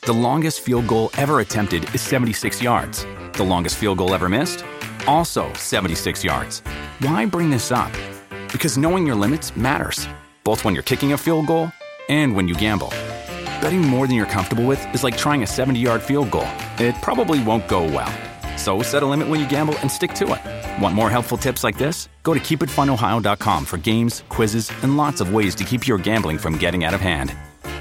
The longest field goal ever attempted is 76 yards. The longest field goal ever missed? Also 76 yards. Why bring this up? Because knowing your limits matters, both when you're kicking a field goal and when you gamble. Betting more than you're comfortable with is like trying a 70-yard field goal. It probably won't go well. So set a limit when you gamble and stick to it. Want more helpful tips like this? Go to keepitfunohio.com for games, quizzes, and lots of ways to keep your gambling from getting out of hand.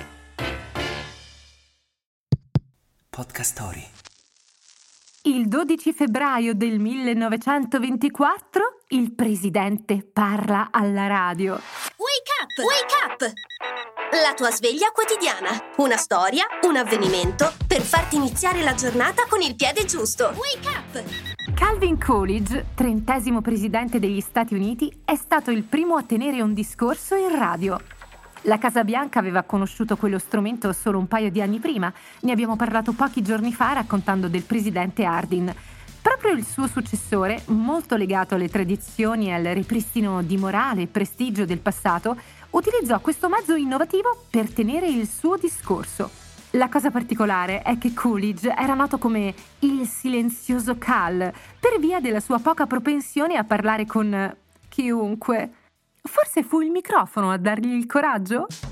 Podcast Story. Il 12 febbraio del 1924 il presidente parla alla radio. Wake up! Wake up! La tua sveglia quotidiana. Una storia, un avvenimento per farti iniziare la giornata con il piede giusto. Wake up! Calvin Coolidge, 30° presidente degli Stati Uniti, è stato il primo a tenere un discorso in radio. La Casa Bianca aveva conosciuto quello strumento solo un paio di anni prima. Ne abbiamo parlato pochi giorni fa raccontando del presidente Hardin. Proprio il suo successore, molto legato alle tradizioni e al ripristino di morale e prestigio del passato, utilizzò questo mezzo innovativo per tenere il suo discorso. La cosa particolare è che Coolidge era noto come il silenzioso Cal per via della sua poca propensione a parlare con chiunque. Forse fu il microfono a dargli il coraggio?